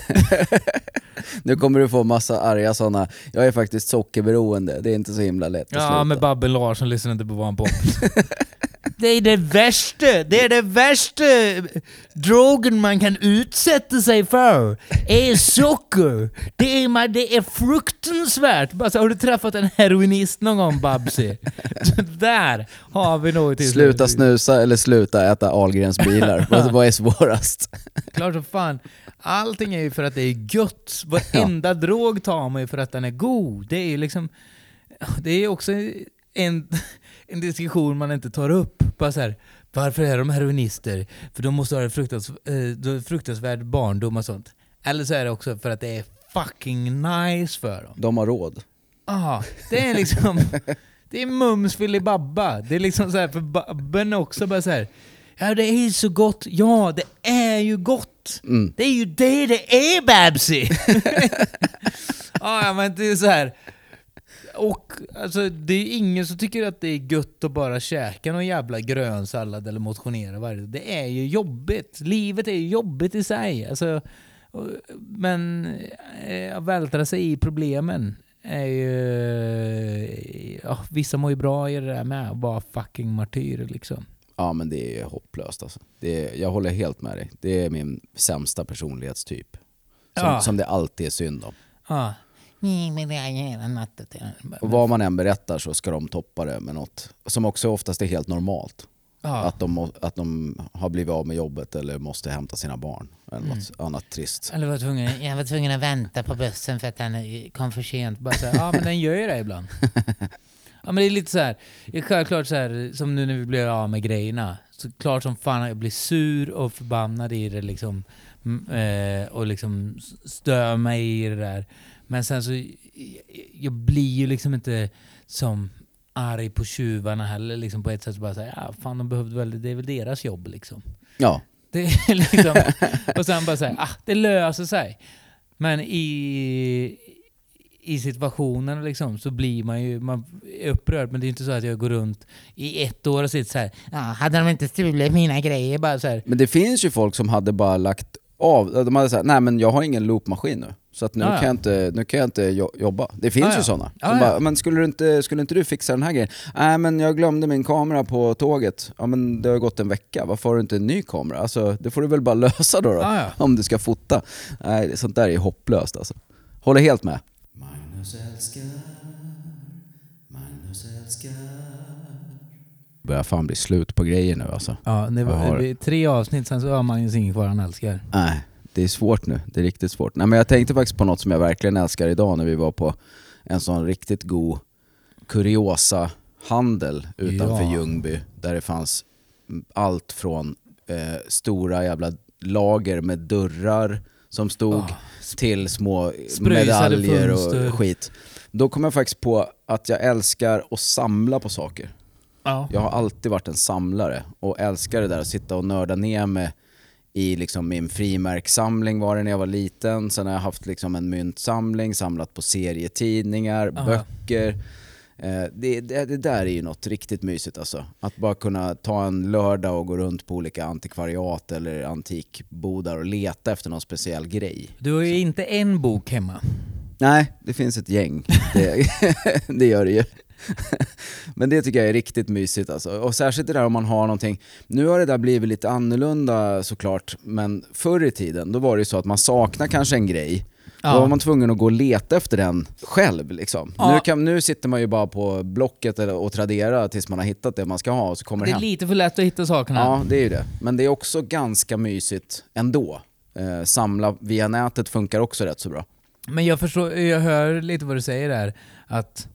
Nu kommer du få massa arga sådana. Jag är faktiskt sockerberoende. Det är inte så himla lätt att Ja, sluta. men Babben Larsson lyssnar inte på vad han på. Det är det värsta, det är det värsta drogen man kan utsätta sig för. Är socker. Det är, det är fruktansvärt. Alltså, har du träffat en heroinist någon gång, Babsi? Där har vi något till. Sluta snusa eller sluta äta Ahlgrens bilar. vad, vad är svårast? Klart som fan. Allting är ju för att det är gött. Varenda drog tar man ju för att den är god. Det är ju liksom, det är också en, en diskussion man inte tar upp. Bara så här, varför är de heroinister? För de måste ha en fruktansv eh, fruktansvärd barndom och sånt. Eller så är det också för att det är fucking nice för dem. De har råd. Ja, det är liksom, det är mums filibabba. Det är liksom så här, för Babben också bara så här, ja, det är ju så gott. Ja, det är ju gott. Mm. Det är ju det det är, Babsi. Ja, men det är så här. Och alltså, det är ingen som tycker att det är gött att bara käka någon jävla grönsallad eller motionera varje dag. Det är ju jobbigt. Livet är ju jobbigt i sig. Alltså, och, men eh, att vältra sig i problemen är ju... Ja, vissa mår ju bra i det där med att vara fucking martyr liksom. Ja, men det är hopplöst alltså. Det är, jag håller helt med dig. Det är min sämsta personlighetstyp. Som, Ja. som det alltid är synd om. Ja. Nej, men det är hela natten. Och vad man än berättar så ska de toppa det med något som också oftast är helt normalt. Ja. Att, de må, att de har blivit av med jobbet eller måste hämta sina barn. Eller Mm. något annat trist. Eller var tvungen, jag var tvungen att vänta på bussen för att den kom för sent. Bara så här, ja men den gör ju det ibland. Ja men det är lite så här, det är självklart så här, som nu när vi blir av med grejerna. Så klart som fan jag blir sur och förbannad i det liksom. Eh, och liksom stör mig i det där. Men sen så, jag blir ju liksom inte som arg på tjuvarna heller liksom på ett sätt. Så bara säga, ja fan de behövde väl, det är väl deras jobb liksom. Ja. Det är liksom, och sen bara säga, ah det löser sig. Men i i situationen liksom, så blir man ju man är upprörd, men det är inte så att jag går runt i ett år och sitter så här, ja, hade de inte stulit mina grejer bara så här. Men det finns ju folk som hade bara lagt av, de hade sagt, nej men jag har ingen loopmaskin nu. Så att nu, Ah, ja. kan jag inte, nu kan jag inte jo- jobba. Det finns Ah, ja. ju sådana. Ah, Som ja. bara, men skulle du, inte, skulle inte du fixa den här grejen? Nej men jag glömde min kamera på tåget. Ja men det har gått en vecka. Varför har du inte en ny kamera? Alltså det får du väl bara lösa då, då Ah, ja. om du ska fota. Nej, sånt där är hopplöst alltså. Håller helt med. Magnus älskar, Magnus älskar. Börjar fan bli slut på grejer nu alltså. Ja, det Jag var har- det var tre avsnitt sen så har Magnus ingen kvar han älskar. Nej, det är svårt nu. Det är riktigt svårt. Nej, men jag tänkte faktiskt på något som jag verkligen älskar idag när vi var på en sån riktigt god kuriosa handel utanför Ja. Ljungby. Där det fanns allt från eh, stora jävla lager med dörrar som stod Ah. till små Spröjsade medaljer fönster. och skit. Då kom jag faktiskt på att jag älskar att samla på saker. Ja. Jag har alltid varit en samlare och älskar det där att sitta och nörda ner mig i liksom min frimärkssamling var det när jag var liten. Sen har jag haft liksom en myntsamling, samlat på serietidningar, Aha. böcker. Eh, det, det, det där är ju något riktigt mysigt alltså. Att bara kunna ta en lördag och gå runt på olika antikvariat eller antikbodar och leta efter någon speciell grej. Du har ju inte en bok hemma. Nej, det finns ett gäng. Det, det gör det ju. Men det tycker jag är riktigt mysigt alltså. Och särskilt det där om man har någonting. Nu har det där blivit lite annorlunda såklart. Men förr i tiden då var det så att man saknar kanske en grej. Ja. Då var man tvungen att gå och leta efter den själv liksom. Ja. Nu, kan, nu sitter man ju bara på Blocket eller, och Tradera tills man har hittat det man ska ha och så kommer Det det är hem. lite för lätt att hitta sakerna. Ja, det är ju det. Men det är också ganska mysigt ändå. Eh, samla via nätet funkar också rätt så bra. Men jag förstår, jag hör lite vad du säger där. Att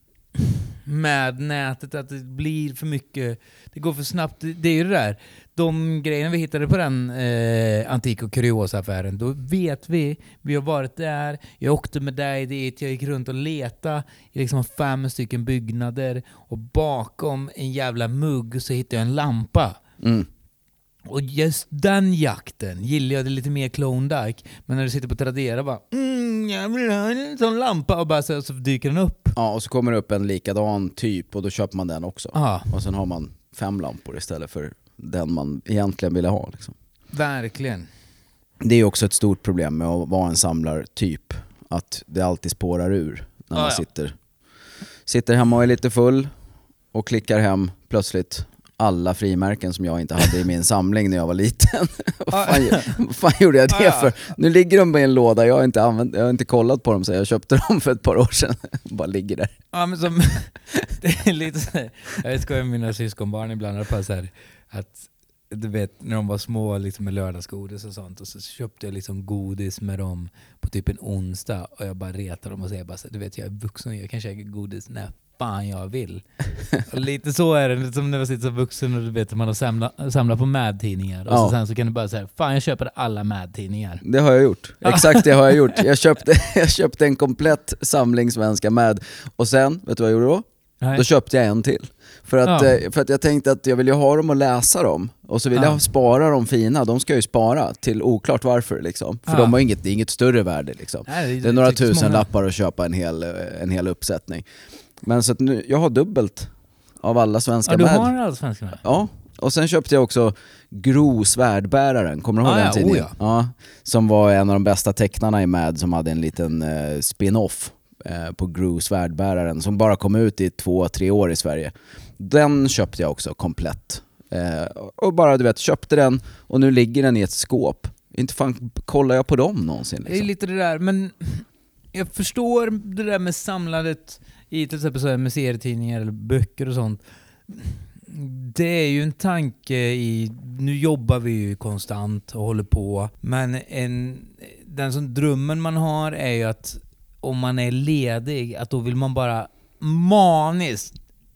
med nätet att det blir för mycket, det går för snabbt. Det, det är ju det där. De grejerna vi hittade på den eh, antik- och kuriosa-affären, då vet vi, vi har varit där, jag åkte med dig dit, jag gick runt och letade i liksom fem stycken byggnader och bakom en jävla mugg så hittade jag en lampa. Mm. Och just den jakten gillar jag, det lite mer Klondike. Men när du sitter på Tradera bara mm, jag vill ha en sån lampa och bara så, så dyker den upp. Ja, och så kommer det upp en likadan typ och då köper man den också. Ja, Och sen har man fem lampor istället för den man egentligen ville ha. Liksom. verkligen. Det är ju också ett stort problem med att vara en samlartyp. Att det alltid spårar ur när man Ja, ja. sitter, sitter hemma och är lite full och klickar hem plötsligt alla frimärken som jag inte hade i min samling när jag var liten. Vad fan, vad fan gjorde jag det Ja, ja. för? Nu ligger de i en låda, jag har inte, använt, jag har inte kollat på dem så jag köpte dem för ett par år sedan. Bara ligger där. Ja, men som, det är lite så här, jag skojar med mina syskonbarn ibland på så här, att du vet när de var små liksom med lördagsgodis och sånt och så köpte jag liksom godis med dem på typ en onsdag och jag bara retade dem och säger bara så här, du vet jag är vuxen, jag kan käka godis när fan jag vill. Och lite så är det som när man sitter som vuxen och du vet att man har samlat, samlat på Mad-tidningar och Ja. så sen så kan du bara säga fan jag köper alla Mad-tidningar. Det har jag gjort. Exakt det har jag gjort. Jag köpte, jag köpte en komplett samling svenska med och sen, vet du vad jag gjorde då? Nej. Då köpte jag en till. För att, Ja. eh, för att jag tänkte att jag vill ju ha dem och läsa dem. Och så vill Ja. jag spara de fina. De ska jag ju spara till oklart varför. Liksom. För Ja. de har inget, det är inget större värde. Liksom. Nej, Det är några inte så tusen många. lappar att köpa en hel, eh, en hel uppsättning. Men så att nu, jag har dubbelt av alla svenska Ja, du med. har alla svenska med. Ja, och sen köpte jag också Gro svärdbäraren, kommer du ihåg Ah, den ja, tidningen? oh ja. Ja, som var en av de bästa tecknarna i Mad som hade en liten eh, spin-off eh, på Gro svärdbäraren som bara kom ut i två, tre år i Sverige. Den köpte jag också komplett. Eh, och bara du vet, köpte den och nu ligger den i ett skåp. Inte fan kollar jag på dem någonsin. Det är Liksom. lite det där, men jag förstår det där med samlandet i till exempel så här med serietidningar eller böcker och sånt. Det är ju en tanke i... Nu jobbar vi ju konstant och håller på. Men en, den som drömmen man har är ju att om man är ledig, att då vill man bara maniskt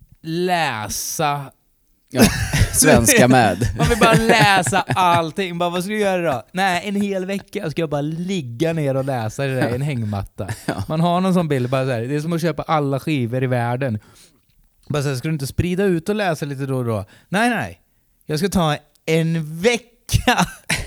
läsa... Ja, svenska med. Man vill bara läsa allting. Bara, vad ska du göra då? Nej, en hel vecka ska jag bara ligga ner och läsa det där i en hängmatta. Ja. Man har någon sån bild, bara så här, det är som att köpa alla skivor i världen. Bara så här, ska du inte sprida ut och läsa lite då och då? Nej, nej. Jag ska ta en vecka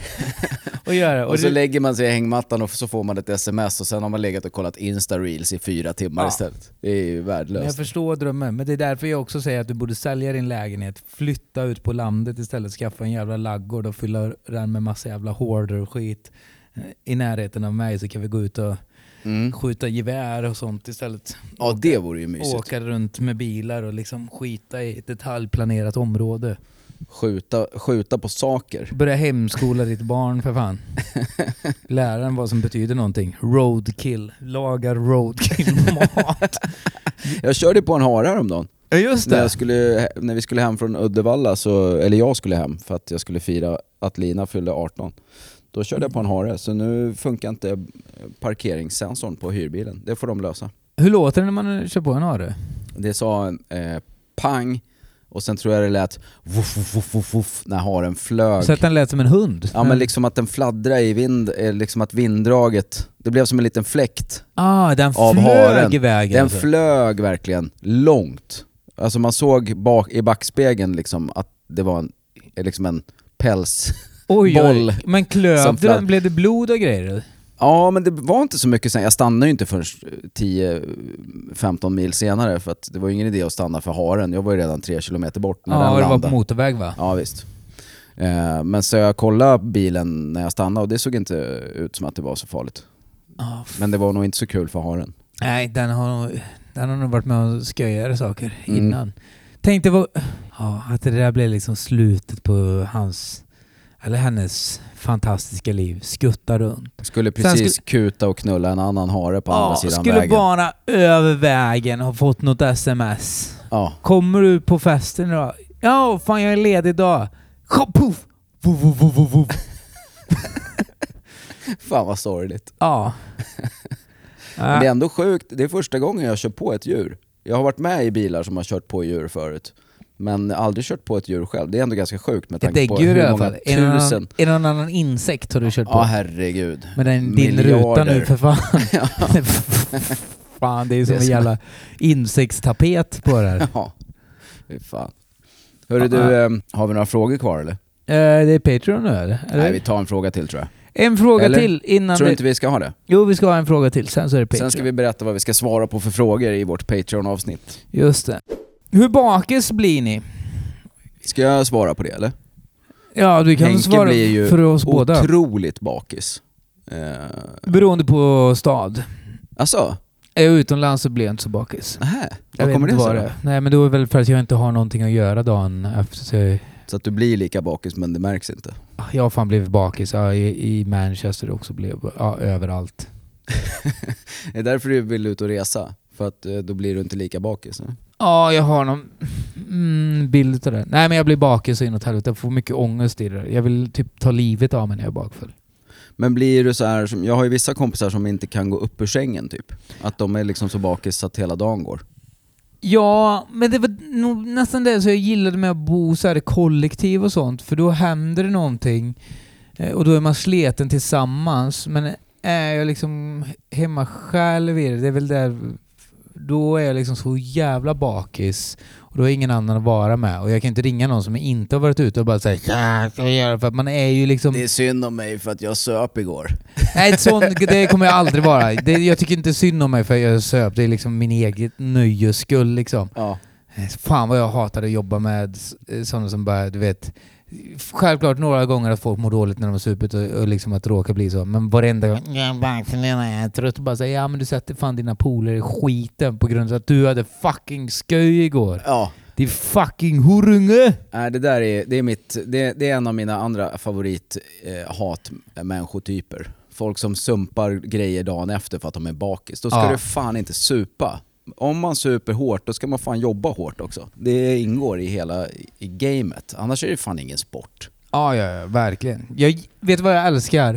och göra. Och, och så det... lägger man sig i hängmattan och så får man ett sms och sen har man legat och kollat Insta-reels i fyra timmar ja. istället. Det är ju värdelöst. Men jag förstår drömmen, men det är därför jag också säger att du borde sälja din lägenhet, flytta ut på landet istället, skaffa en jävla laggård och fylla den med massa jävla hoarder och skit i närheten av mig, så kan vi gå ut och mm. skjuta gevär och sånt istället. Ja, åka, det vore ju mysigt. Åka runt med bilar och liksom skita i ett detaljplanerat område. Skjuta, skjuta på saker. Börja hemskola ditt barn för fan. Läraren vad som betyder någonting. Roadkill. Laga roadkill-mat. Jag körde på en hare häromdagen. Ja, just det. När, jag skulle, när vi skulle hem från Uddevalla, så, eller jag skulle hem för att jag skulle fira att Lina fyllde arton. Då körde jag på en hare, så nu funkar inte parkeringssensorn på hyrbilen. Det får de lösa. Hur låter det när man kör på en hare? Det sa eh, pang. Och sen tror jag det lät vuff, vuff, vuff, vuff, vuff, när haren flög. Så att den lät som en hund? Ja, men liksom att den fladdrar i vind, liksom att vinddraget, det blev som en liten fläkt. Ah, den av flög haren. i vägen. Den alltså. flög verkligen långt. Alltså man såg bak, i backspegeln liksom att det var en, liksom en pälsboll. Oj, oj. Men klöv den? Blev det blod och grejer? Ja, men det var inte så mycket sen. Jag stannade ju inte förrän tio femton mil senare, för att det var ingen idé att stanna för haren. Jag var ju redan tre kilometer bort när ja, den landade. Ja, det landade. var på motorväg va? Ja, visst. Eh, men så jag kollade bilen när jag stannade och det såg inte ut som att det var så farligt. Oh, men det var nog inte så kul för haren. Nej, den har, den har nog varit med och sköjare saker mm. innan. Tänkte vad, ja, att det där blev liksom slutet på hans... eller hennes fantastiska liv, skutta runt. Skulle precis skulle, kuta och knulla en annan hare på ja, andra sidan skulle vägen. Skulle bara över vägen ha fått något sms. Ja. Kommer du på festen idag? Ja, fan jag är ledig idag. Puff! Vuff, vuff, vuff, vuff. Fan vad sorgligt. Ja. Men det är ändå sjukt. Det är första gången jag kör på ett djur. Jag har varit med i bilar som har kört på djur förut. Men aldrig kört på ett djur själv. Det är ändå ganska sjukt med tanke på hur många tusen... Är det någon, är det någon annan insekt har du kört på? Ja, herregud. Men den, din ruta nu för fan. Ja. Fan, det är som det är en jävla insektstapet på det här. Ja, fy fan. Hörru du, äh, har vi några frågor kvar eller? Äh, det är Patreon nu eller? Nej, vi tar en fråga till tror jag. En fråga eller? till innan tror du vi... inte vi ska ha det? Jo, vi ska ha en fråga till. Sen så är det Patreon. Sen ska vi berätta vad vi ska svara på för frågor i vårt Patreon-avsnitt. Just det. Hur bakis blir ni? Ska jag svara på det eller? Ja, du kan Henke svara blir ju för oss båda. Otroligt bakis. Uh... Beroende på stad. Alltså? Är jag utomlands så blir jag inte så bakis. Nähä, jag vad kommer det sig då? Nej, men då är det väl för att jag inte har någonting att göra dagen efter. Så att du blir lika bakis men det märks inte? Jag har fan blivit bakis. Ja, i, i Manchester också blev ja, överallt. Det är därför du vill ut och resa? För att då blir du inte lika bakis? Ne? Ja, jag har någon mm, bild av det. Nej, men jag blir bakis inåt helvete. Jag får mycket ångest i det. Jag vill typ ta livet av mig när jag är bakfull. Men blir du så här, som, jag har ju vissa kompisar som inte kan gå upp ur sängen typ. Att de är liksom så bakis att hela dagen går. Ja, men det var nog nästan det så jag gillade med att bo så här i kollektiv och sånt. För då händer det någonting. Och då är man sleten tillsammans. Men är jag liksom hemma själv i det, det är väl där... Då är jag liksom så jävla bakis och då är ingen annan att vara med och jag kan inte ringa någon som inte har varit ute och bara säga ja, ska jag göra för att man är ju liksom... Det är synd om mig för att jag söp igår. Nej, sån, det kommer jag aldrig vara. Det, jag tycker inte synd om mig för att jag söp. Det är liksom min eget nöjes skull liksom. Ja. Fan vad jag hatade att jobba med sådana som bara, du vet... Självklart några gånger att folk mår dåligt när de har supit och, och liksom att råka bli så. Men varenda gång jag är trött och bara säger ja men du sätter fan dina poler i skiten på grund av att du hade fucking sköj igår. Ja. Det är fucking horunge. Nej, det där är, det är mitt, det, det är en av mina andra favorit eh, hatmänniskotyper. Folk som sumpar grejer dagen efter för att de är bakis. Då ska ja. du fan inte supa. om man super hårt, då ska man fan jobba hårt också. Det ingår i hela i gamet. Annars är det fan ingen sport. Ja, ja, ja, verkligen. Jag vet vad jag älskar?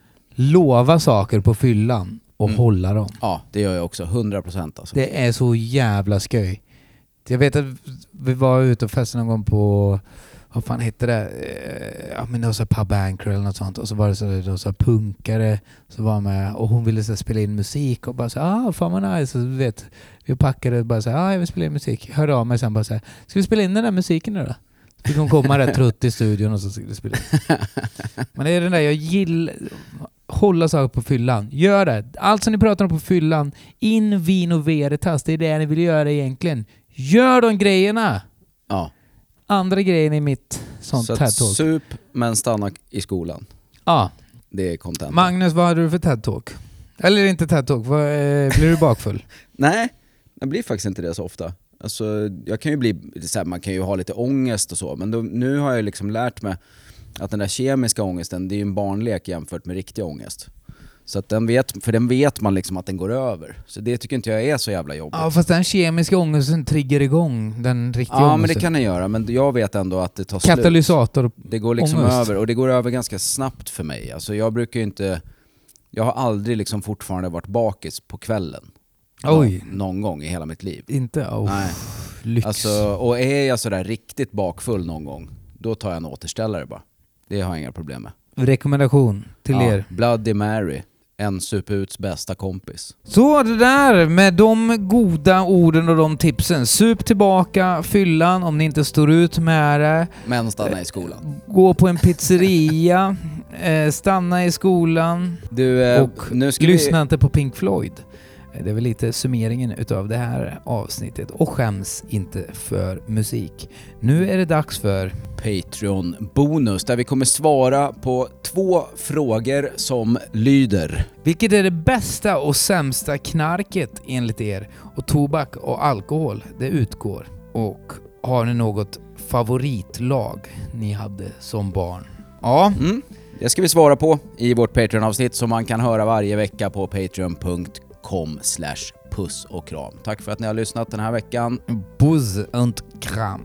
Lova saker på fyllan och Mm. hålla dem. Ja, det gör jag också. hundra procent alltså. Det är så jävla sköj. Jag vet att vi var ute och festade någon gång på, vad fan hette det? Eh, Ja men det var så pub anchor eller något sånt. Och så var det så, det var så punkare som var med och hon ville så spela in musik och bara så ah fan vad nice. Och, vet, vi packade och bara så ah jag vill spela in musik. Hörde av mig sen bara så här, ska vi spela in den där musiken nu då? Så fick hon komma rätt trött i studion och så skulle vi spela in. Men det är den där, jag gillar hålla saker på fyllan. Gör det. Allt som ni pratar om på fyllan, in vino veritas, det är det ni vill göra egentligen. Gör de grejerna! Ja. Andra grejen i mitt sånt Så att TED-talk. sup men stanna i skolan. Ja. Det är content. Magnus, vad hade du för TED-talk? Eller inte TED-talk, vad, eh, blir du bakfull? Nej, det blir faktiskt inte det så ofta. Alltså, jag kan ju bli, så här, man kan ju ha lite ångest och så, men då, nu har jag liksom lärt mig att den där kemiska ångesten, det är ju en barnlek jämfört med riktig ångest. Så att den vet, för den vet man liksom att den går över. Så det tycker inte jag är så jävla jobbigt. Ja, fast den kemiska ångesten triggar igång den riktiga Ja, ångesten. men det kan den göra, men jag vet ändå att det tar slut. Katalysator. Det går liksom ångest. över, och det går över ganska snabbt för mig. Alltså jag brukar ju inte, jag har aldrig liksom fortfarande varit bakis på kvällen. Oj. Nå- någon gång i hela mitt liv. Inte? Oh, Nej. lyx. Alltså, och är jag sådär riktigt bakfull någon gång, då tar jag en återställare bara. Det har jag inga problem med. Rekommendation till Ja, er. Bloody Mary, en superuts bästa kompis. Så det där med de goda orden och de tipsen. Sup tillbaka fyllan om ni inte står ut med det. Men stanna i skolan. Gå på en pizzeria. eh, stanna i skolan. Du, eh, Och nu ska lyssna vi... inte på Pink Floyd. Det är väl lite summeringen utav det här avsnittet. Och skäms inte för musik. Nu är det dags för Patreon-bonus där vi kommer svara på två frågor som lyder. vilket är det bästa och sämsta knarket enligt er? Och tobak och alkohol, det utgår. Och har ni något favoritlag ni hade som barn? Ja, Mm. Det ska vi svara på i vårt Patreon-avsnitt som man kan höra varje vecka på patreon punkt com slash puss och kram. Tack för att ni har lyssnat den här veckan. Buzz und kram.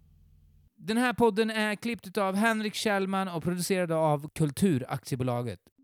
Den här podden är klippt av Henrik Kjellman och producerad av Kulturaktiebolaget.